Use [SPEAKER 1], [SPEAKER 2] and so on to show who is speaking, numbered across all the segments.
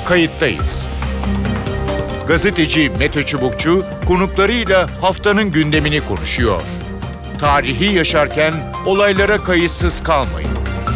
[SPEAKER 1] Kayıttayız. Gazeteci Mete Çubukçu konuklarıyla haftanın gündemini konuşuyor. Tarihi yaşarken olaylara kayıtsız kalmayın.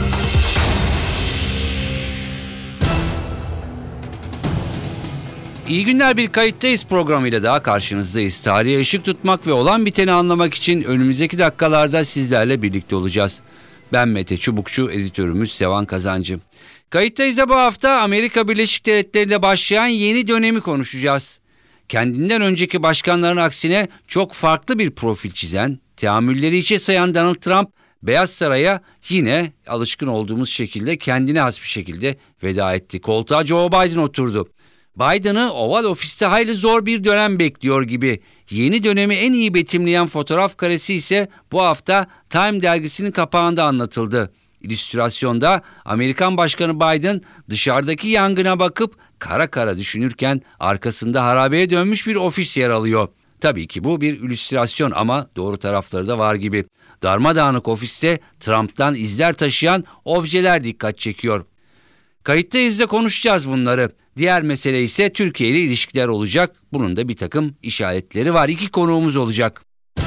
[SPEAKER 2] İyi günler, bir Kayıttayız programıyla daha karşınızdayız. Tarihe ışık tutmak ve olan biteni anlamak için önümüzdeki dakikalarda sizlerle birlikte olacağız. Ben Mete Çubukçu, editörümüz Sevan Kazancı. Kayıttayız'da bu hafta Amerika Birleşik Devletleri'nde başlayan yeni dönemi konuşacağız. Kendinden önceki başkanların aksine çok farklı bir profil çizen, teamülleri içe sayan Donald Trump, Beyaz Saray'a yine alışkın olduğumuz şekilde kendine has bir şekilde veda etti. Koltuğa Joe Biden oturdu. Biden'ı Oval Ofis'te hayli zor bir dönem bekliyor gibi. Yeni dönemi en iyi betimleyen fotoğraf karesi ise bu hafta Time dergisinin kapağında anlatıldı. İllüstrasyonda Amerikan Başkanı Biden dışarıdaki yangına bakıp kara kara düşünürken arkasında harabeye dönmüş bir ofis yer alıyor. Tabii ki bu bir illüstrasyon ama doğru tarafları da var gibi. Darmadağınık ofiste Trump'tan izler taşıyan objeler dikkat çekiyor. Kayıttayız'da konuşacağız bunları. Diğer mesele ise Türkiye ile ilişkiler olacak. Bunun da bir takım işaretleri var. İki konuğumuz olacak.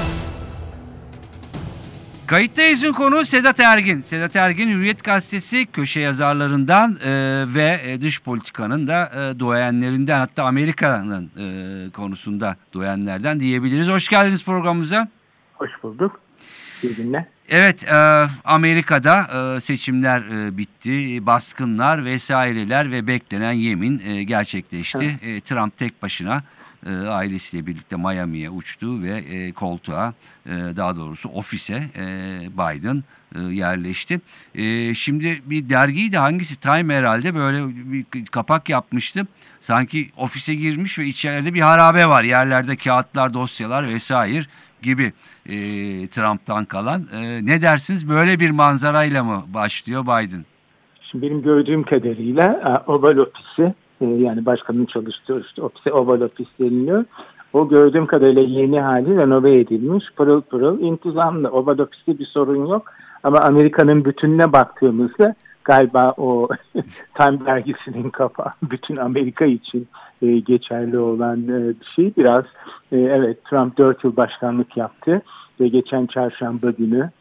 [SPEAKER 2] Kayıttayız'ın konuğu Sedat Ergin. Sedat Ergin, Hürriyet Gazetesi köşe yazarlarından ve dış politikanın da duayenlerinden, hatta Amerika'nın konusunda duayenlerden diyebiliriz. Hoş geldiniz programımıza.
[SPEAKER 3] Hoş bulduk. İyi günler.
[SPEAKER 2] Evet, Amerika'da seçimler bitti, baskınlar vesaireler ve beklenen yemin gerçekleşti. Evet. Trump tek başına ailesiyle birlikte Miami'ye uçtu ve koltuğa, daha doğrusu ofise Biden yerleşti. Şimdi bir dergiydi, hangisi, Time herhalde, böyle bir kapak yapmıştı. Sanki ofise girmiş ve içeride bir harabe var. Yerlerde kağıtlar, dosyalar vesaire gibi Trump'tan kalan. Ne dersiniz? Böyle bir manzarayla mı başlıyor Biden?
[SPEAKER 3] Şimdi benim gördüğüm kadarıyla Oval Ofisi, yani başkanın çalıştığı işte ofise Oval Ofis deniliyor. O gördüğüm kadarıyla yeni hali renove edilmiş. Pırıl pırıl, intizamlı. Oval Ofis'te bir sorun yok. Ama Amerika'nın bütününe baktığımızda galiba o Time dergisinin kapağı bütün Amerika için geçerli olan bir şey. Biraz evet, Trump 4 yıl başkanlık yaptı ve geçen çarşamba günü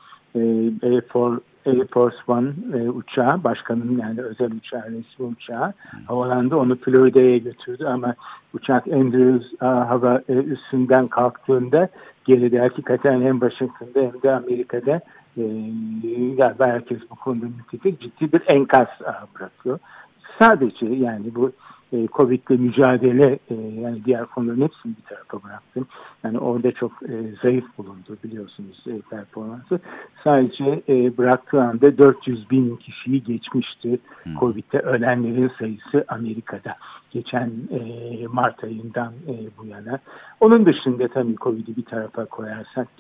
[SPEAKER 3] Air Force One uçağı, başkanın yani özel uçağı, resmi uçağı havalandı. Onu Florida'ya götürdü ama uçak Andrews hava üssünden kalktığında geride hakikaten hem Washington'da hem de Amerika'da galiba herkes bu konuda müttefik, ciddi bir enkaz bırakıyor. Sadece yani bu Covid'le mücadele, yani diğer konuların hepsini bir tarafa bıraktım. Yani orada çok zayıf bulundu biliyorsunuz performansı. Sadece bıraktığı anda 400 bin kişiyi geçmişti Covid'de ölenlerin sayısı Amerika'da. Geçen Mart ayından bu yana. Onun dışında tabii Covid'i bir tarafa koyarsak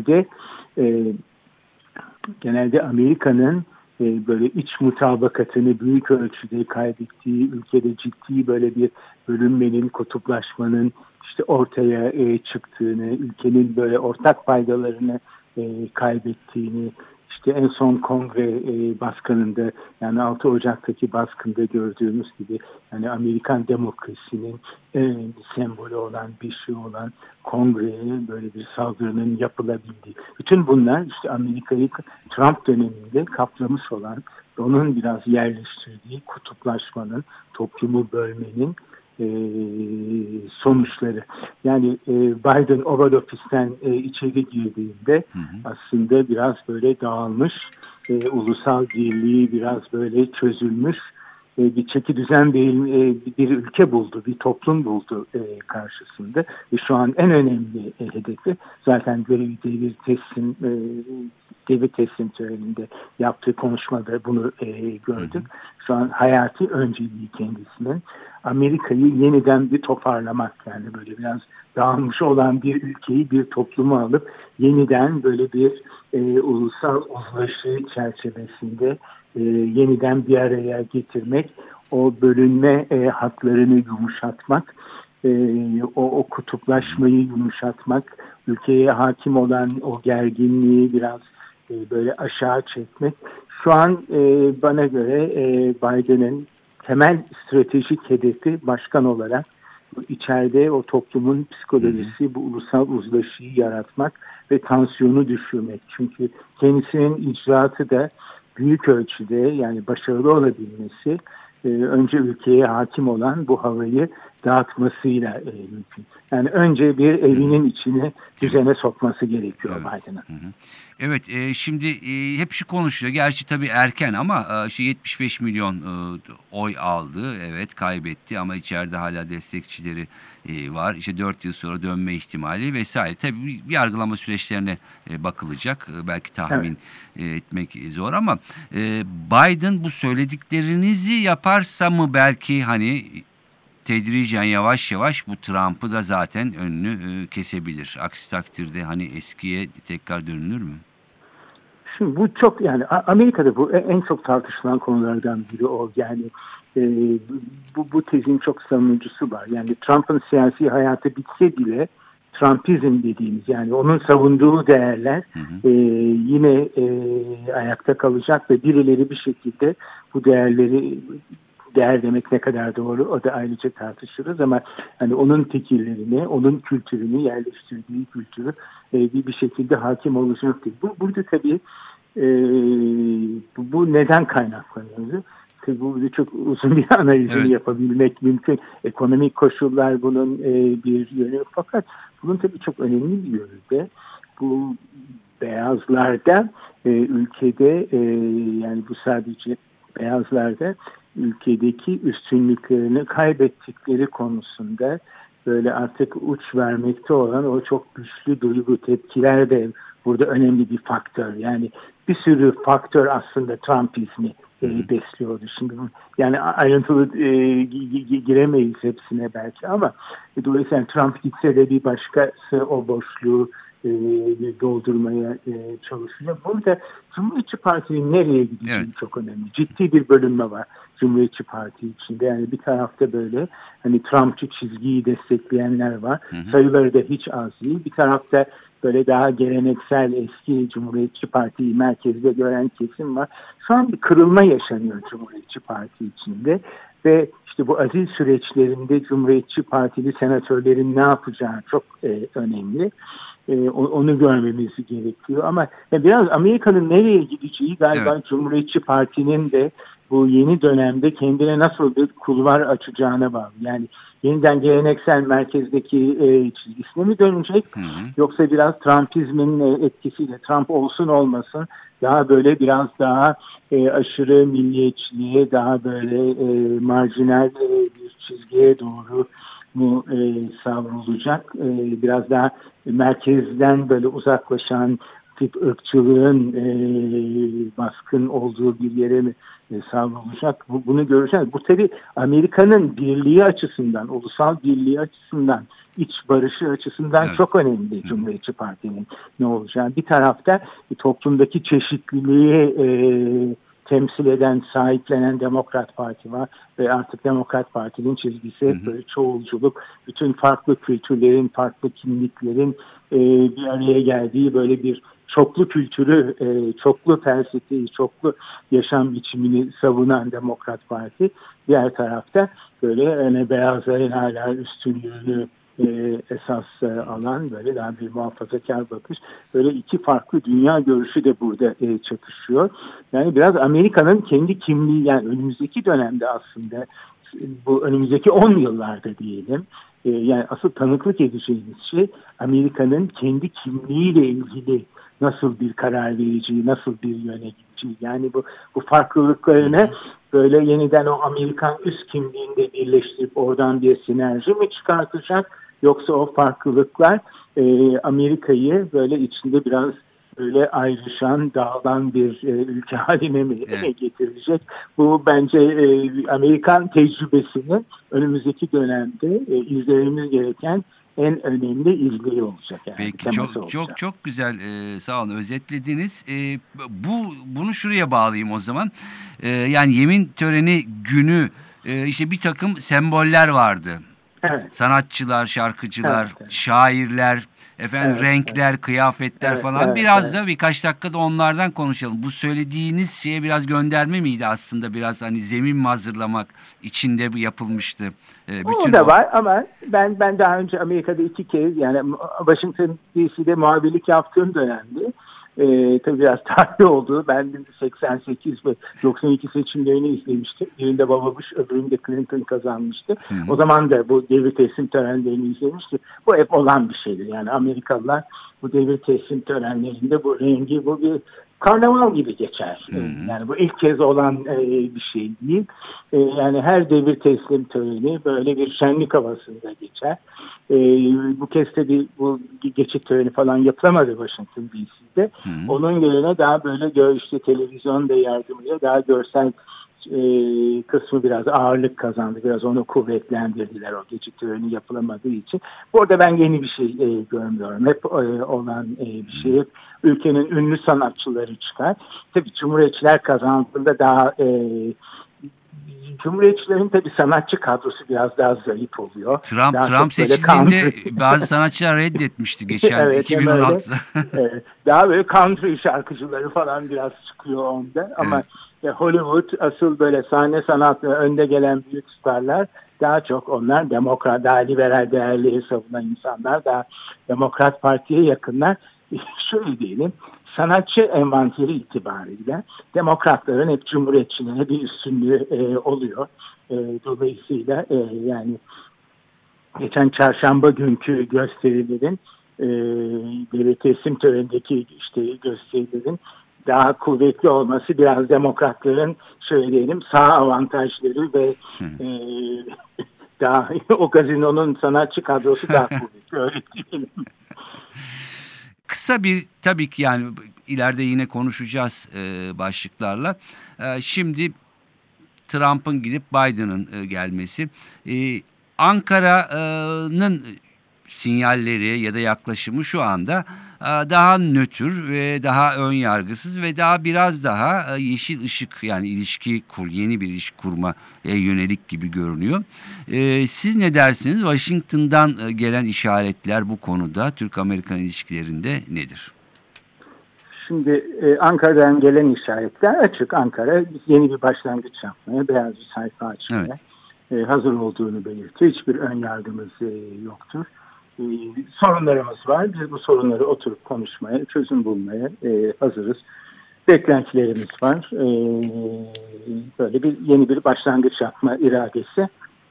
[SPEAKER 3] genelde Amerika'nın böyle iç mutabakatını büyük ölçüde kaybettiği, ülkede ciddi böyle bir bölünmenin, kutuplaşmanın işte ortaya çıktığını, ülkenin böyle ortak faydalarını kaybettiğini, işte en son kongre baskınında, yani 6 Ocak'taki baskında gördüğümüz gibi, yani Amerikan demokrasinin sembolü olan bir şey olan kongreye böyle bir saldırının yapılabildiği. Bütün bunlar işte Amerika'yı Trump döneminde kaplamış olan, onun biraz yerleştirdiği kutuplaşmanın, toplumu bölmenin sonuçları. Yani Biden Oval Ofis'ten içeri girdiğinde aslında biraz böyle dağılmış, ulusal birliği biraz böyle çözülmüş, bir çeki düzen bir ülke buldu, bir toplum buldu karşısında. Ve şu an en önemli hedefi zaten devir teslim töreninde yaptığı konuşmada bunu gördük. Şu an hayati önceliği kendisinin Amerika'yı yeniden bir toparlamak, yani böyle biraz dağılmış olan bir ülkeyi, bir toplumu alıp yeniden böyle bir ulusal uzlaşı çerçevesinde yeniden bir araya getirmek, o bölünme hatlarını yumuşatmak, o kutuplaşmayı yumuşatmak, ülkeye hakim olan o gerginliği biraz böyle aşağı çekmek. Şu an bana göre Biden'ın temel stratejik hedefi başkan olarak içeride o toplumun psikolojisi, bu ulusal uzlaşıyı yaratmak ve tansiyonu düşürmek. Çünkü kendisinin icraatı da büyük ölçüde, yani başarılı olabilmesi önce ülkeye hakim olan bu havayı dağıtmasıyla mümkün. Yani önce bir evinin içine düzene sokması gerekiyor Biden'ın.
[SPEAKER 2] Evet, şimdi hep şu konuşuyor. Gerçi tabii erken ama 75 milyon oy aldı. Evet, kaybetti ama içeride hala destekçileri var. İşte 4 yıl sonra dönme ihtimali vesaire. Tabii bir yargılama süreçlerine bakılacak. Belki tahmin etmek zor ama Biden bu söylediklerinizi yaparsa mı belki hani tedricen yavaş yavaş bu Trump'ı da zaten önünü kesebilir. Aksi takdirde hani eskiye tekrar dönülür mü?
[SPEAKER 3] Şimdi bu çok, yani Amerika'da bu en çok tartışılan konulardan biri o. Yani bu tezin çok savunucusu var. Yani Trump'ın siyasi hayatı bitse bile Trumpizm dediğimiz, yani onun savunduğu değerler yine ayakta kalacak ve birileri bir şekilde bu değerleri, değer demek ne kadar doğru o da ayrıca tartışırız ama hani onun fikirlerini, onun kültürünü, yerleştirdiği kültürü bir şekilde hakim olacaktır. Burada tabii bu neden kaynaklanıyor? Tabii burada çok uzun bir analizini yapabilmek mümkün. Ekonomik koşullar bunun bir yönü, fakat bunun tabii çok önemli bir yönü de bu beyazlarda ülkede, yani bu sadece beyazlarda ülkedeki üstünlüklerini kaybettikleri konusunda böyle artık uç vermekte olan o çok güçlü duygu, tepkiler de burada önemli bir faktör. Yani bir sürü faktör aslında Trumpizmi besliyordu. Şimdi yani ayrıntılı giremeyiz hepsine belki ama dolayısıyla Trump gitse de bir başkası o boşluğu doldurmaya çalışıyor. Burada Cumhuriyetçi Parti'nin nereye gideceği çok önemli. Ciddi bir bölünme var Cumhuriyetçi Parti içinde. Yani bir tarafta böyle hani Trumpçı çizgiyi destekleyenler var. Sayıları da hiç az değil. Bir tarafta böyle daha geleneksel eski Cumhuriyetçi Parti'yi merkezde gören kesim var. Şu an bir kırılma yaşanıyor Cumhuriyetçi Parti içinde ve işte bu azil süreçlerinde Cumhuriyetçi Partili senatörlerin ne yapacağı çok önemli. Onu görmemiz gerekiyor ama biraz Amerika'nın nereye gideceği galiba Cumhuriyetçi Parti'nin de bu yeni dönemde kendine nasıl bir kulvar açacağına bağlı. Yani yeniden geleneksel merkezdeki çizgisine mi dönecek yoksa biraz Trumpizmin etkisiyle, Trump olsun olmasın daha böyle biraz daha aşırı milliyetçiliğe, daha böyle marjinal bir çizgiye doğru mu savrulacak, biraz daha merkezden böyle uzaklaşan tip ırkçılığın baskın olduğu bir yere mi savrulacak? Bunu göreceğiz. Bu tabii Amerika'nın birliği açısından, ulusal birliği açısından, iç barışı açısından çok önemli Cumhuriyetçi Parti'nin ne olacağı. Bir tarafta toplumdaki çeşitliliği temsil eden, sahiplenen Demokrat Parti var ve artık Demokrat Parti'nin çizgisi hep böyle çoğulculuk, bütün farklı kültürlerin, farklı kimliklerin bir araya geldiği böyle bir çoklu kültürü, çoklu felsefeyi, çoklu yaşam biçimini savunan Demokrat Parti. Diğer tarafta böyle yani beyazların hala üstünlüğünü esas alan böyle daha bir muhafazakar bakış. Böyle iki farklı dünya görüşü de burada çatışıyor. Yani biraz Amerika'nın kendi kimliği, yani önümüzdeki dönemde aslında bu önümüzdeki 10 yıllarda diyelim, yani asıl tanıklık edeceğimiz şey Amerika'nın kendi kimliğiyle ilgili nasıl bir karar vereceği, nasıl bir yöne gideceği. Yani bu farklılıklarını böyle yeniden o Amerikan üst kimliğinde birleştirip oradan bir sinerji mi çıkartacak? Yoksa o farklılıklar Amerika'yı böyle içinde biraz böyle ayrışan, dağılan bir ülke haline mi getirecek? Bu bence Amerikan tecrübesini önümüzdeki dönemde izlememiz gereken en önemli izleyi olacak. Yani.
[SPEAKER 2] Peki çok güzel, sağ olun, özetlediniz. Bunu şuraya bağlayayım o zaman. Yani yemin töreni günü işte bir takım semboller vardı.
[SPEAKER 3] Evet.
[SPEAKER 2] Sanatçılar, şarkıcılar, şairler, efendim
[SPEAKER 3] Evet,
[SPEAKER 2] renkler, kıyafetler
[SPEAKER 3] evet,
[SPEAKER 2] falan.
[SPEAKER 3] evet,
[SPEAKER 2] Biraz
[SPEAKER 3] evet.
[SPEAKER 2] da birkaç dakikada onlardan konuşalım. Bu söylediğiniz şeye biraz gönderme miydi aslında? Biraz hani zemin mi hazırlamak içinde bu yapılmıştı?
[SPEAKER 3] O
[SPEAKER 2] Bütün
[SPEAKER 3] da
[SPEAKER 2] o.
[SPEAKER 3] var ama ben daha önce Amerika'da 2 kez, yani Washington DC'de muhabirlik yaptığım dönemde tabii biraz tarih oldu. Ben 88 ve 92 seçimlerini izlemiştim. Birinde Baba Bush, öbüründe Clinton kazanmıştı.
[SPEAKER 2] Hı hı.
[SPEAKER 3] O zaman da bu devir teslim törenlerini izlemiştim. Bu hep olan bir şeydir. Yani Amerikalılar bu devir teslim törenlerinde bu rengi, bu bir karnaval gibi geçer.
[SPEAKER 2] Hı hı.
[SPEAKER 3] Yani bu ilk kez olan bir şey değil. Yani her devir teslim töreni böyle bir şenlik havasında geçer. Bu kez de bu geçit töreni falan yapılamadı Washington DC'de.
[SPEAKER 2] Hı hı.
[SPEAKER 3] Onun yerine daha böyle işte televizyon da yardımıyla daha görsel kısmı biraz ağırlık kazandı. Biraz onu kuvvetlendirdiler o geçit töreni yapılamadığı için. Burada ben yeni bir şey görmüyorum. Hep olan bir şey. Hep ülkenin ünlü sanatçıları çıkar. Tabii Cumhuriyetçiler kazandığında daha Cumhuriyetçilerin tabii sanatçı kadrosu biraz daha zayıf oluyor. Daha
[SPEAKER 2] Trump
[SPEAKER 3] çok böyle
[SPEAKER 2] seçildiğinde
[SPEAKER 3] country.
[SPEAKER 2] bazı sanatçılar reddetmişti geçen
[SPEAKER 3] Evet, hem öyle.
[SPEAKER 2] 2016'da.
[SPEAKER 3] Daha böyle country şarkıcıları falan biraz çıkıyor onda. Ama
[SPEAKER 2] Evet.
[SPEAKER 3] Hollywood asıl böyle sahne sanatı önde gelen büyük starlar daha çok onlar demokrat, daha liberal değerleri savunan insanlar, daha Demokrat Parti'ye yakınlar. Şöyle diyelim, sanatçı envanteri itibariyle demokratların hep cumhuriyetçilere bir üstünlüğü oluyor. Dolayısıyla yani geçen çarşamba günkü gösterilerin devlet teslim törenindeki işte gösterilerin daha kuvvetli olması biraz demokratların şöyle diyelim sağ avantajları ve daha o gazinonun sanatçı kadrosu daha kuvvetli, öyle diyelim.
[SPEAKER 2] Kısa bir tabii ki yani ileride yine konuşacağız başlıklarla. Şimdi Trump'ın gidip Biden'ın gelmesi. Ankara'nın sinyalleri ya da yaklaşımı şu anda daha nötr ve daha ön yargısız ve daha biraz daha yeşil ışık yani yeni bir ilişki kurma yönelik gibi görünüyor. Siz ne dersiniz? Washington'dan gelen işaretler bu konuda Türk-Amerikan ilişkilerinde nedir?
[SPEAKER 3] Şimdi Ankara'dan gelen işaretler açık. Ankara yeni bir başlangıç yapmaya, beyaz bir sayfa açmaya hazır olduğunu belirtiyor. Hiçbir ön yargımız yoktur. Sorunlarımız var. Biz bu sorunları oturup konuşmaya, çözüm bulmaya hazırız. Beklentilerimiz var. Böyle yeni bir başlangıç yapma iradesi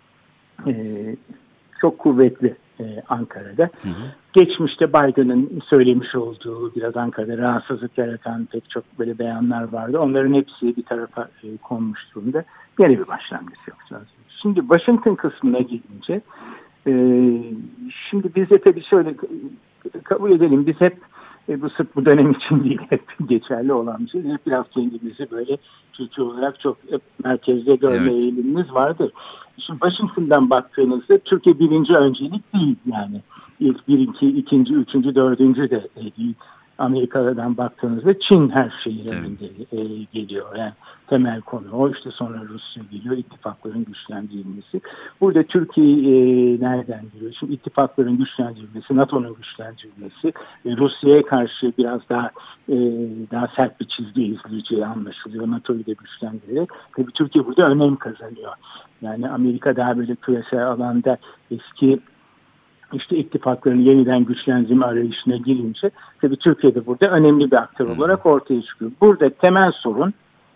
[SPEAKER 3] çok kuvvetli Ankara'da. Hı hı. Geçmişte Biden'ın söylemiş olduğu biraz Ankara'da rahatsızlık yaratan pek çok böyle beyanlar vardı. Onların hepsi bir tarafa konmuş durumda. Yeni bir başlangıç yapacağız. Şimdi Washington kısmına gelince şimdi biz de tabii şöyle kabul edelim. Biz hep bu sırf bu dönem için değil, hep geçerli olan bir şey. Hep biraz kendimizi böyle Türkiye olarak çok merkezde görme eğilimimiz vardır. Şimdi Washington'dan baktığınızda Türkiye birinci öncelik değil yani. İlk bir, ikinci, üçüncü, dördüncü de değil. Amerika'dan baktığınızda Çin her şeyin önünde geliyor. Yani temel konu o. İşte sonra Rusya geliyor, ittifakların güçlendirilmesi. Burada Türkiye nereden geliyor? Şimdi ittifakların güçlendirilmesi, NATO'nun güçlendirilmesi, Rusya'ya karşı biraz daha sert bir çizgi izleyeceği anlaşılıyor. NATO'yu da güçlendirerek. Tabii Türkiye burada önem kazanıyor. Yani Amerika daha böyle küresel alanda eski işte ittifakların yeniden güçlendirme arayışına girince tabii Türkiye'de burada önemli bir aktör olarak ortaya çıkıyor. Burada temel sorun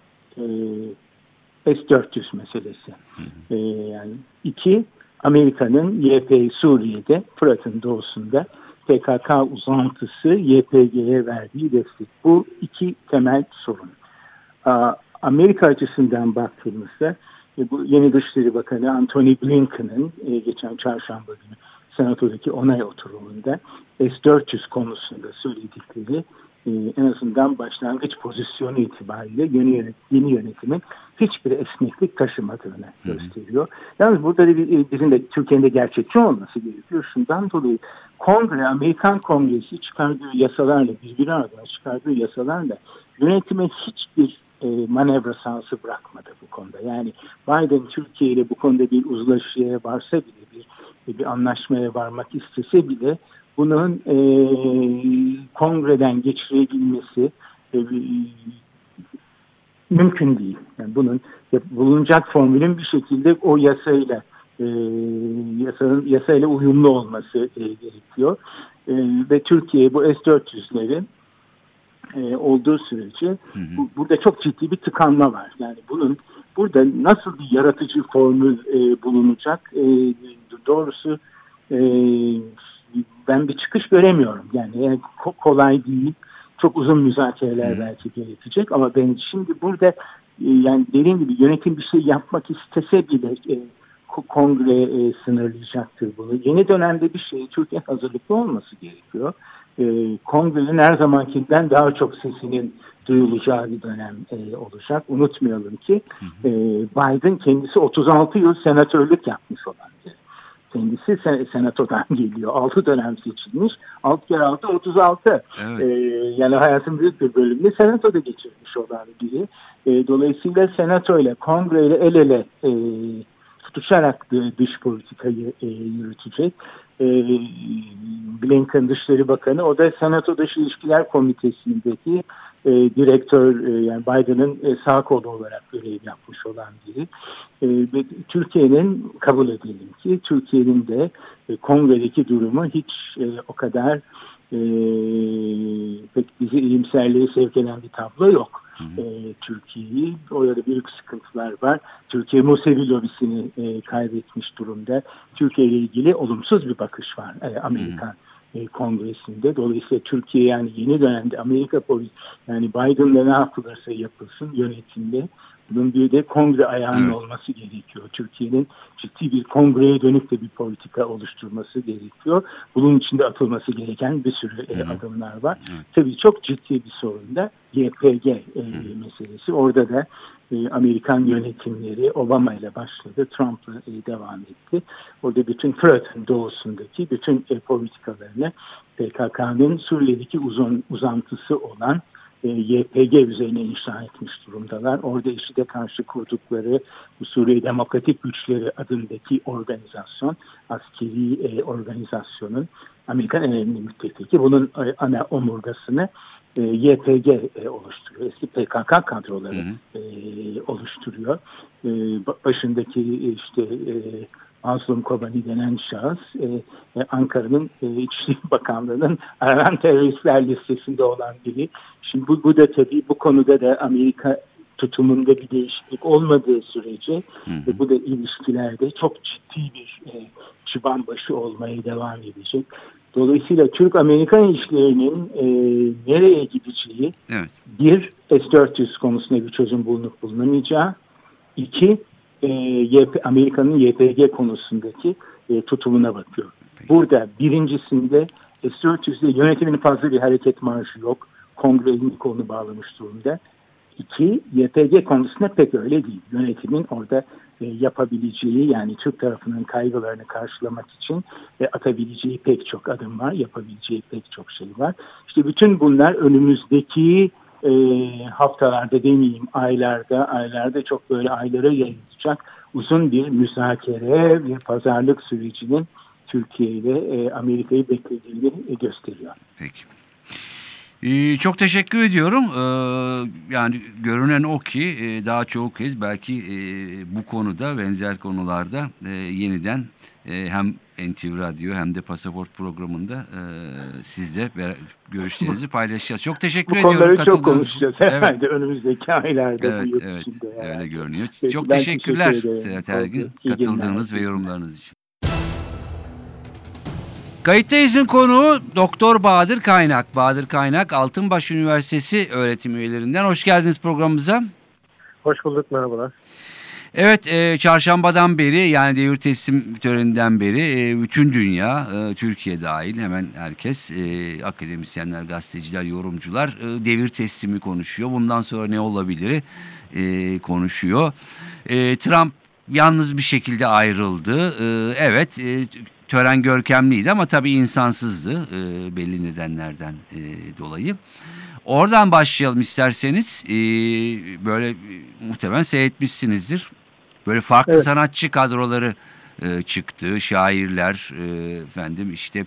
[SPEAKER 3] S-400 meselesi. Yani Amerika'nın YPG Suriye'de, Fırat'ın doğusunda PKK uzantısı YPG'ye verdiği destek. Bu iki temel sorun. Amerika açısından baktığımızda bu yeni Dışişleri Bakanı Antony Blinken'ın geçen çarşamba günü Senato'daki onay oturumunda S-400 konusunda söyledikleri en azından başlangıç pozisyonu itibariyle yeni yönetimin hiçbir esneklik taşımadığını gösteriyor. Yalnız burada da bizim de Türkiye'nin de gerçekçi olması gerekiyor. Şundan dolayı Amerikan Kongresi çıkardığı yasalarla, birbiri ardına çıkardığı yasalarla yönetime hiçbir manevra sahası bırakmadı bu konuda. Yani Biden Türkiye ile bu konuda bir uzlaşıya varsa bile bir anlaşmaya varmak istese bile bunun kongreden geçirebilmesi mümkün değil. Yani bunun bulunacak formülün bir şekilde o yasayla uyumlu olması gerekiyor. Ve Türkiye bu S-400'lerin olduğu sürece burada çok ciddi bir tıkanma var. Yani burada nasıl bir yaratıcı formül bulunacak? Doğrusu ben bir çıkış göremiyorum. Yani kolay değil. Çok uzun müzakereler belki gerekecek ama ben şimdi burada yani dediğim gibi yönetim bir şey yapmak istese bile kongre sınırlayacaktır bunu. Yeni dönemde bir şey Türkiye hazırlıklı olması gerekiyor. Kongrenin her zamankinden daha çok sesinin duyulacağı bir dönem olacak. Unutmayalım ki Biden kendisi 36 yıl senatörlük yapmış olan biri. Kendisi senatodan geliyor. 6 dönem seçilmiş. 6 kere 6 36. Evet. Yani hayatın büyük bir bölümünü senatoda geçirmiş olan biri. Dolayısıyla senato ile kongre ile el ele tutuşarak dış politikayı yürütecek. Blinken Dışişleri Bakanı, o da Senato Dış İlişkiler Komitesi'ndeki direktör, yani Biden'ın sağ kolu olarak görev yapmış olan biri. Ve Türkiye'nin, kabul edelim ki Türkiye'nin de kongredeki durumu hiç o kadar pek bizi iyimserliğe sevk eden bir tablo yok. Türkiye'yi, orada büyük sıkıntılar var. Türkiye Musevi lobisini kaybetmiş durumda. Türkiye ile ilgili olumsuz bir bakış var Amerikan Kongresi'nde. Dolayısıyla Türkiye, yani yeni dönemde Amerika yani Biden'la ne yapılırsa yapılsın yönetimde, bunun bir de kongre ayağının olması gerekiyor. Türkiye'nin ciddi bir kongreye dönük de bir politika oluşturması gerekiyor. Bunun içinde atılması gereken bir sürü adımlar var. Tabii çok ciddi bir sorun da YPG meselesi. Orada da Amerikan yönetimleri Obama ile başladı, Trump'la devam etti. Orada bütün Fırat'ın doğusundaki bütün politikalarını PKK'nın Suriye'deki uzantısı olan YPG üzerine inşa etmiş durumdalar. Orada IŞİD'e karşı kurdukları Suriye Demokratik Güçleri adındaki organizasyon, askeri organizasyonun Amerikan en önemli müttefiki. Bunun ana omurgasını YPG oluşturuyor. Eski PKK kadroları oluşturuyor. Başındaki Mazlum Kobani denen şahıs Ankara'nın İçişleri Bakanlığı'nın aranan teröristler listesinde olan biri. Şimdi bu da tabii bu konuda da Amerika tutumunda bir değişiklik olmadığı sürece bu da ilişkilerde çok ciddi bir çıban başı olmaya devam edecek. Dolayısıyla Türk-Amerikan ilişkilerinin nereye gideceği, bir, S-400 konusunda bir çözüm bulunup bulunamayacağı, iki, Amerika'nın YPG konusundaki tutumuna bakıyor. Burada birincisinde S-400'de yönetimin fazla bir hareket marjı yok. Kongre elini kolunu bağlamış durumda. İki, YPG konusunda pek öyle değil. Yönetimin orada yapabileceği, yani Türk tarafının kaygılarını karşılamak için atabileceği pek çok adım var. Yapabileceği pek çok şey var. İşte bütün bunlar önümüzdeki haftalarda demeyeyim aylarda çok böyle aylara yayılacak uzun bir müzakere ve pazarlık sürecinin Türkiye ile Amerika'yı beklediğini gösteriyor.
[SPEAKER 2] Peki. Çok teşekkür ediyorum. Yani görünen o ki daha çoğu kez belki bu konuda, benzer konularda yeniden hem NTV Radyo hem de Pasaport programında sizle görüşlerinizi paylaşacağız. Çok teşekkür ediyorum.
[SPEAKER 3] Bu konuları çok konuşacağız herhalde önümüzdeki aylarda.
[SPEAKER 2] Evet, öyle görünüyor. Peki, çok teşekkürler Serhat Ergin, katıldığınız ve yorumlarınız için. Kayıttayız'ın konuğu Doktor Bahadır Kaynak. Bahadır Kaynak, Altınbaş Üniversitesi öğretim üyelerinden. Hoş geldiniz programımıza.
[SPEAKER 4] Hoş bulduk, merhabalar.
[SPEAKER 2] Evet, çarşambadan beri, yani devir teslim töreninden beri bütün dünya, Türkiye dahil hemen herkes, akademisyenler, gazeteciler, yorumcular devir teslimi konuşuyor. Bundan sonra ne olabilir konuşuyor. Trump yalnız bir şekilde ayrıldı. Evet, tören görkemliydi ama tabii insansızdı belli nedenlerden dolayı. Oradan başlayalım isterseniz. Böyle muhtemelen seyretmişsinizdir. Böyle farklı sanatçı kadroları çıktı. Şairler, efendim işte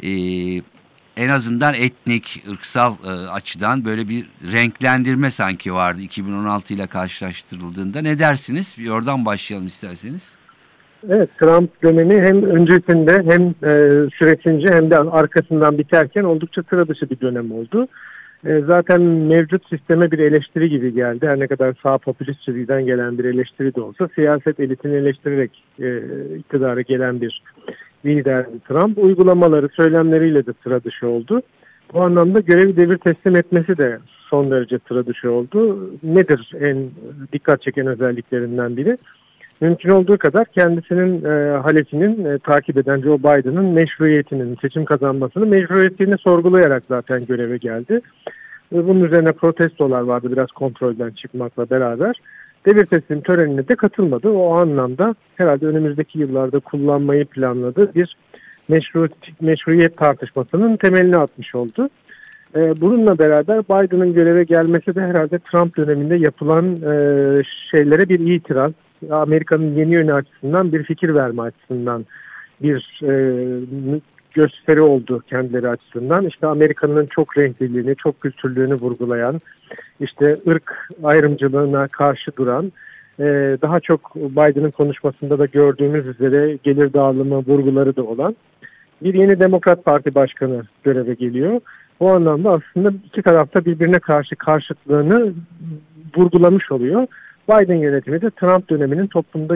[SPEAKER 2] en azından etnik, ırksal açıdan böyle bir renklendirme sanki vardı 2016 ile karşılaştırıldığında. Ne dersiniz? Bir oradan başlayalım isterseniz.
[SPEAKER 4] Evet, Trump dönemi hem öncesinde hem sürecince hem de arkasından biterken oldukça sıra dışı bir dönem oldu. Zaten mevcut sisteme bir eleştiri gibi geldi. Her ne kadar sağ popülist çizgiden gelen bir eleştiri de olsa siyaset elitini eleştirerek iktidara gelen bir liderdi Trump. Uygulamaları, söylemleriyle de sıra dışı oldu. Bu anlamda görevi devir teslim etmesi de son derece sıra dışı oldu. Nedir en dikkat çeken özelliklerinden biri? Mümkün olduğu kadar kendisinin halefinin takip eden Joe Biden'ın meşruiyetinin, seçim kazanmasını meşruiyetini sorgulayarak zaten göreve geldi. Bunun üzerine protestolar vardı biraz kontrolden çıkmakla beraber. Devir teslim törenine de katılmadı. O anlamda herhalde önümüzdeki yıllarda kullanmayı planladığı bir meşruiyet tartışmasının temelini atmış oldu. Bununla beraber Biden'ın göreve gelmesi de herhalde Trump döneminde yapılan şeylere bir itiraz. Amerika'nın yeni yönü açısından bir fikir verme açısından bir gösteri oldu kendileri açısından. İşte Amerika'nın çok renkliliğini, çok kültürlülüğünü vurgulayan, işte ırk ayrımcılığına karşı duran, daha çok Biden'ın konuşmasında da gördüğümüz üzere gelir dağılımı vurguları da olan bir yeni Demokrat Parti başkanı göreve geliyor. Bu anlamda aslında iki tarafta birbirine karşı karşıtlığını vurgulamış oluyor. Biden yönetimi de Trump döneminin toplumda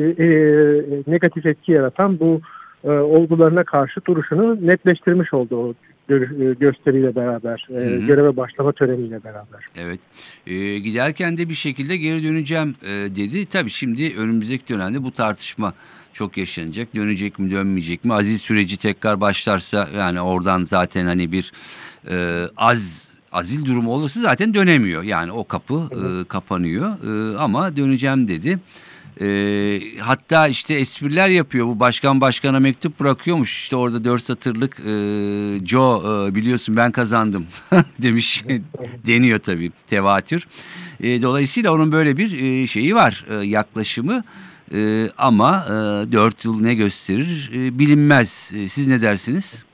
[SPEAKER 4] negatif etki yaratan bu olgularına karşı duruşunu netleştirmiş oldu o gösteriyle beraber, göreve başlama töreniyle beraber.
[SPEAKER 2] Evet, giderken de bir şekilde geri döneceğim dedi. Tabii şimdi önümüzdeki dönemde bu tartışma çok yaşanacak. Dönecek mi, dönmeyecek mi? Aziz süreci tekrar başlarsa yani oradan zaten hani bir azil durumu olursa zaten dönemiyor. Yani o kapı kapanıyor ama döneceğim dedi. Hatta işte espriler yapıyor. Bu başkan başkana mektup bırakıyormuş. İşte orada 4 satırlık Joe biliyorsun ben kazandım demiş. Deniyor tabii tevatür. Dolayısıyla onun böyle bir şeyi var yaklaşımı. Ama 4 yıl ne gösterir bilinmez. Siz ne dersiniz?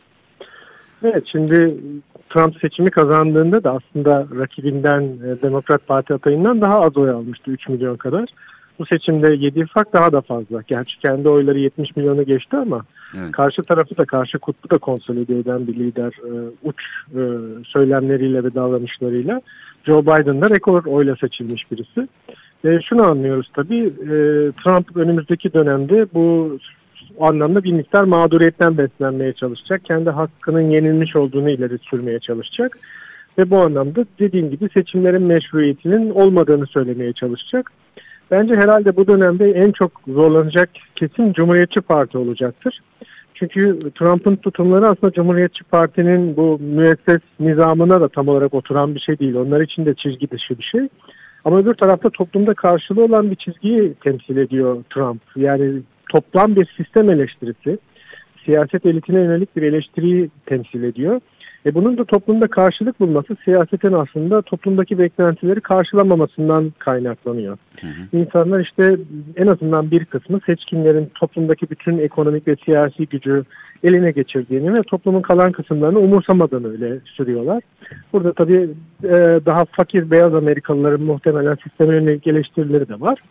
[SPEAKER 4] Evet, şimdi Trump seçimi kazandığında da aslında rakibinden Demokrat Parti adayından daha az oy almıştı, 3 milyon kadar. Bu seçimde 7 fark daha da fazla. Gerçi kendi oyları 70 milyonu geçti ama evet, karşı tarafı da karşı kutbu da konsolide eden bir lider uç söylemleriyle ve davranışlarıyla. Joe Biden da rekor oyla seçilmiş birisi. Şunu anlıyoruz tabii, Trump önümüzdeki dönemde bu anlamda bir miktar mağduriyetten beslenmeye çalışacak. Kendi hakkının yenilmiş olduğunu ileri sürmeye çalışacak. Ve bu anlamda dediğim gibi seçimlerin meşruiyetinin olmadığını söylemeye çalışacak. Bence herhalde bu dönemde en çok zorlanacak kesim Cumhuriyetçi Parti olacaktır. Çünkü Trump'ın tutumları aslında Cumhuriyetçi Parti'nin bu müesses nizamına da tam olarak oturan bir şey değil. Onlar için de çizgi dışı bir şey. Ama öbür tarafta toplumda karşılığı olan bir çizgiyi temsil ediyor Trump. Yani toplam bir sistem eleştirisi, siyaset elitine yönelik bir eleştiriyi temsil ediyor. Bunun da toplumda karşılık bulması siyasetin aslında toplumdaki beklentileri karşılamamasından kaynaklanıyor. İnsanlar işte en azından bir kısmı seçkinlerin toplumdaki bütün ekonomik ve siyasi gücü eline geçirdiğini ve toplumun kalan kısımlarını umursamadığını öyle sürüyorlar. Burada tabii daha fakir beyaz Amerikalıların muhtemelen sisteme yönelik eleştirileri de var.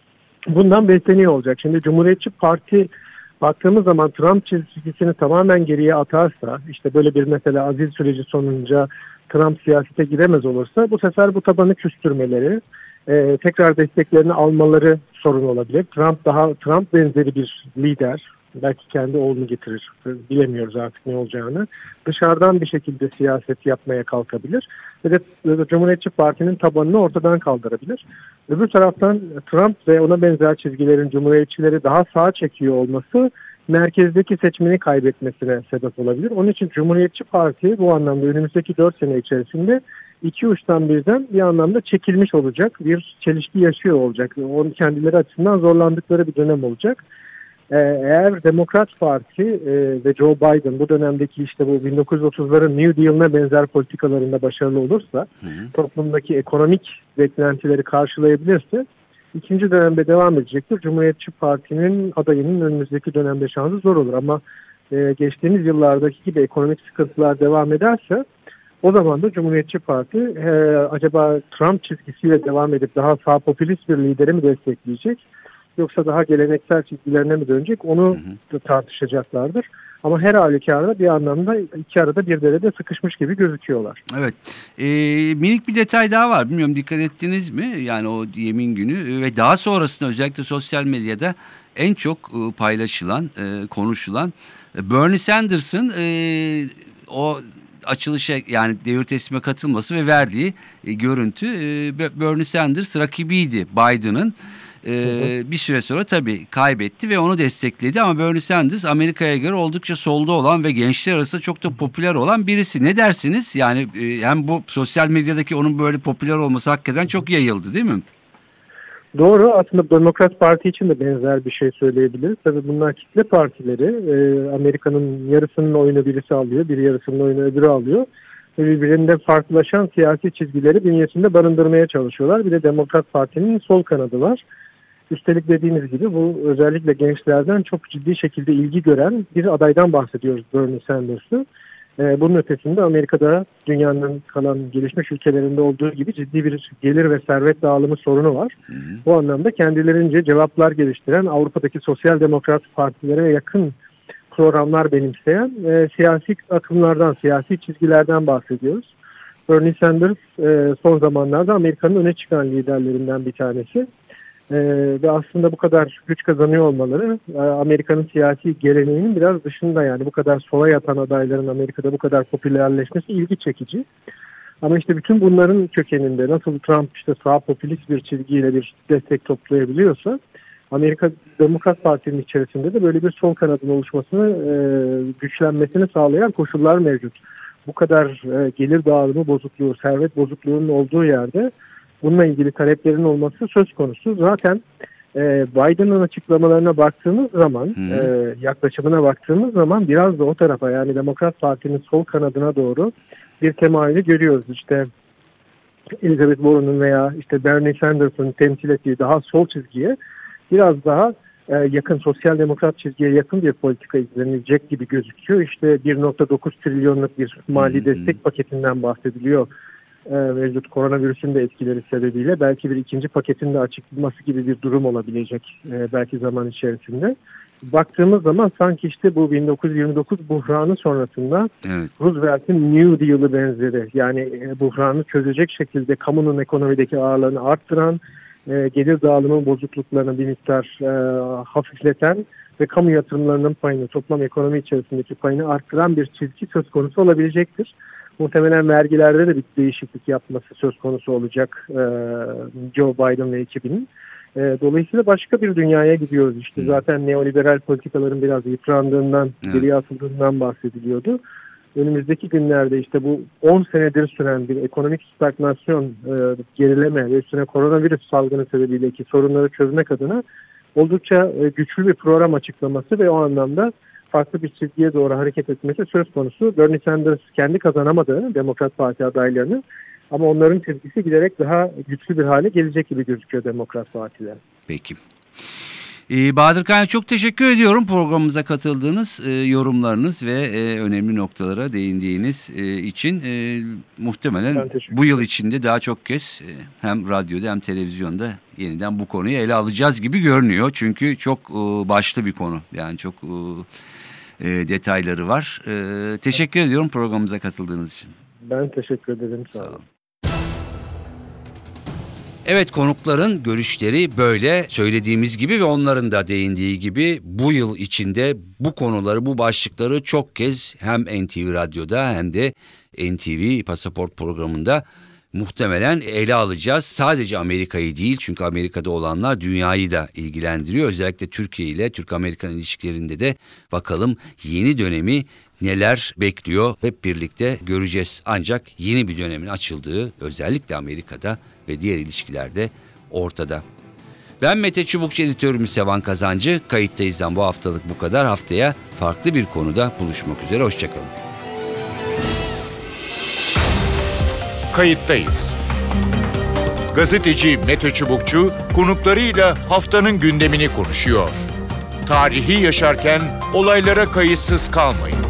[SPEAKER 4] Bundan besleniyor olacak. Şimdi Cumhuriyetçi Parti baktığımız zaman Trump çizgisini tamamen geriye atarsa, işte böyle bir mesela azil süreci sonunca Trump siyasete giremez olursa bu sefer bu tabanı küstürmeleri, tekrar desteklerini almaları sorun olabilir. Trump benzeri bir lider, belki kendi oğlunu getirir, bilemiyoruz artık ne olacağını. Dışarıdan bir şekilde siyaset yapmaya kalkabilir ve de Cumhuriyetçi Parti'nin tabanını ortadan kaldırabilir. Öbür taraftan Trump ve ona benzer çizgilerin Cumhuriyetçileri daha sağa çekiyor olması merkezdeki seçmeni kaybetmesine sebep olabilir. Onun için Cumhuriyetçi Parti bu anlamda önümüzdeki 4 sene içerisinde iki uçtan birden bir anlamda çekilmiş olacak, bir çelişki yaşıyor olacak. Onun kendileri açısından zorlandıkları bir dönem olacak. Eğer Demokrat Parti ve Joe Biden bu dönemdeki işte bu 1930'ların New Deal'ına benzer politikalarında başarılı olursa, toplumdaki ekonomik beklentileri karşılayabilirse İkinci dönemde devam edecektir. Cumhuriyetçi Parti'nin adayının önümüzdeki dönemde şansı zor olur ama geçtiğimiz yıllardaki gibi ekonomik sıkıntılar devam ederse o zaman da Cumhuriyetçi Parti acaba Trump çizgisiyle devam edip daha sağ popülist bir lideri mi destekleyecek yoksa daha geleneksel çizgilerine mi dönecek onu da tartışacaklardır. Ama her halükarda bir anlamda iki arada bir derede sıkışmış gibi gözüküyorlar.
[SPEAKER 2] Evet. Minik bir detay daha var. Bilmiyorum dikkat ettiniz mi? Yani o yemin günü ve daha sonrasında özellikle sosyal medyada en çok paylaşılan, konuşulan Bernie Sanders'ın o açılışa yani devir teslime katılması ve verdiği görüntü. Bernie Sanders rakibiydi Biden'ın. Bir süre sonra tabii kaybetti ve onu destekledi ama Bernie Sanders Amerika'ya göre oldukça solda olan ve gençler arasında çok da popüler olan birisi. Ne dersiniz? Yani hem bu sosyal medyadaki onun böyle popüler olması hakikaten çok yayıldı değil mi?
[SPEAKER 4] Doğru. Aslında Demokrat Parti için de benzer bir şey söyleyebiliriz. Tabii bunlar kitle partileri. Amerika'nın yarısının oyunu birisi alıyor, bir yarısının oyunu öbürü alıyor. Birbirinden farklılaşan siyasi çizgileri bünyesinde barındırmaya çalışıyorlar. Bir de Demokrat Parti'nin sol kanadı var. Üstelik dediğimiz gibi bu özellikle gençlerden çok ciddi şekilde ilgi gören bir adaydan bahsediyoruz Bernie Sanders'ı. Bunun ötesinde Amerika'da dünyanın kalan gelişmiş ülkelerinde olduğu gibi ciddi bir gelir ve servet dağılımı sorunu var. Bu anlamda kendilerince cevaplar geliştiren Avrupa'daki sosyal demokrat partilere yakın programlar benimseyen siyasi akımlardan, siyasi çizgilerden bahsediyoruz. Bernie Sanders son zamanlarda Amerika'nın öne çıkan liderlerinden bir tanesi. Ve aslında bu kadar güç kazanıyor olmaları Amerika'nın siyasi geleneğinin biraz dışında, yani bu kadar sola yatan adayların Amerika'da bu kadar popülerleşmesi ilgi çekici. Ama işte bütün bunların kökeninde nasıl Trump işte sağ popülist bir çizgiyle bir destek toplayabiliyorsa Amerika Demokrat Parti'nin içerisinde de böyle bir sol kanadın oluşmasını, güçlenmesini sağlayan koşullar mevcut. Bu kadar gelir dağılımı bozukluğu, servet bozukluğunun olduğu yerde bununla ilgili taleplerin olması söz konusu. Zaten Biden'ın açıklamalarına baktığımız zaman, yaklaşımına baktığımız zaman biraz da o tarafa, yani Demokrat Parti'nin sol kanadına doğru bir temayülü görüyoruz. İşte Elizabeth Warren'ın veya işte Bernie Sanders'ın temsil ettiği daha sol çizgiye biraz daha yakın, sosyal demokrat çizgiye yakın bir politika izlenilecek gibi gözüküyor. İşte 1.9 trilyonluk bir mali destek paketinden bahsediliyor. Mevcut koronavirüsün de etkileri sebebiyle belki bir ikinci paketin de açıklanması gibi bir durum olabilecek belki zaman içerisinde. Baktığımız zaman sanki işte bu 1929 buhranı sonrasında Roosevelt'in New Deal'ı benzeri, yani buhranı çözecek şekilde kamunun ekonomideki ağırlığını arttıran, gelir dağılımı bozukluklarını bir miktar hafifleten ve kamu yatırımlarının payını, toplam ekonomi içerisindeki payını arttıran bir çizgi söz konusu olabilecektir. Muhtemelen vergilerde de bir değişiklik yapması söz konusu olacak Joe Biden ve ekibinin. Dolayısıyla başka bir dünyaya gidiyoruz. İşte zaten neoliberal politikaların biraz yıprandığından, geriye atıldığından bahsediliyordu. Önümüzdeki günlerde işte bu 10 senedir süren bir ekonomik stagnasyon, gerileme ve üstüne koronavirüs salgını sebebiyle sorunları çözmek adına oldukça güçlü bir program açıklaması ve o anlamda farklı bir çizgiye doğru hareket etmesi söz konusu. Bernie Sanders kendi kazanamadı Demokrat Parti adaylarını ama onların çizgisi giderek daha güçlü bir hale gelecek gibi gözüküyor Demokrat Parti'ler.
[SPEAKER 2] Peki. Bahadır Kaya, çok teşekkür ediyorum programımıza katıldığınız, yorumlarınız ve önemli noktalara değindiğiniz için. Muhtemelen bu yıl içinde daha çok kez hem radyoda hem televizyonda yeniden bu konuyu ele alacağız gibi görünüyor. Çünkü çok başlı bir konu, yani çok detayları var. Teşekkür ediyorum programımıza katıldığınız için.
[SPEAKER 4] Ben teşekkür ederim. Sağ olun.
[SPEAKER 2] Evet, konukların görüşleri böyle söylediğimiz gibi ve onların da değindiği gibi bu yıl içinde bu konuları, bu başlıkları çok kez hem NTV Radyo'da hem de NTV Pasaport programında muhtemelen ele alacağız. Sadece Amerika'yı değil, çünkü Amerika'da olanlar dünyayı da ilgilendiriyor. Özellikle Türkiye ile Türk-Amerikan ilişkilerinde de bakalım yeni dönemi neler bekliyor, hep birlikte göreceğiz. Ancak yeni bir dönemin açıldığı özellikle Amerika'da ve diğer ilişkilerde ortada. Ben Mete Çubukçu, editörümüz Sevan Kazancı. Kayıttayız'dan bu haftalık bu kadar. Haftaya farklı bir konuda buluşmak üzere. Hoşçakalın.
[SPEAKER 1] Kayıttayız. Gazeteci Mete Çubukçu konuklarıyla haftanın gündemini konuşuyor. Tarihi yaşarken olaylara kayıtsız kalmayın.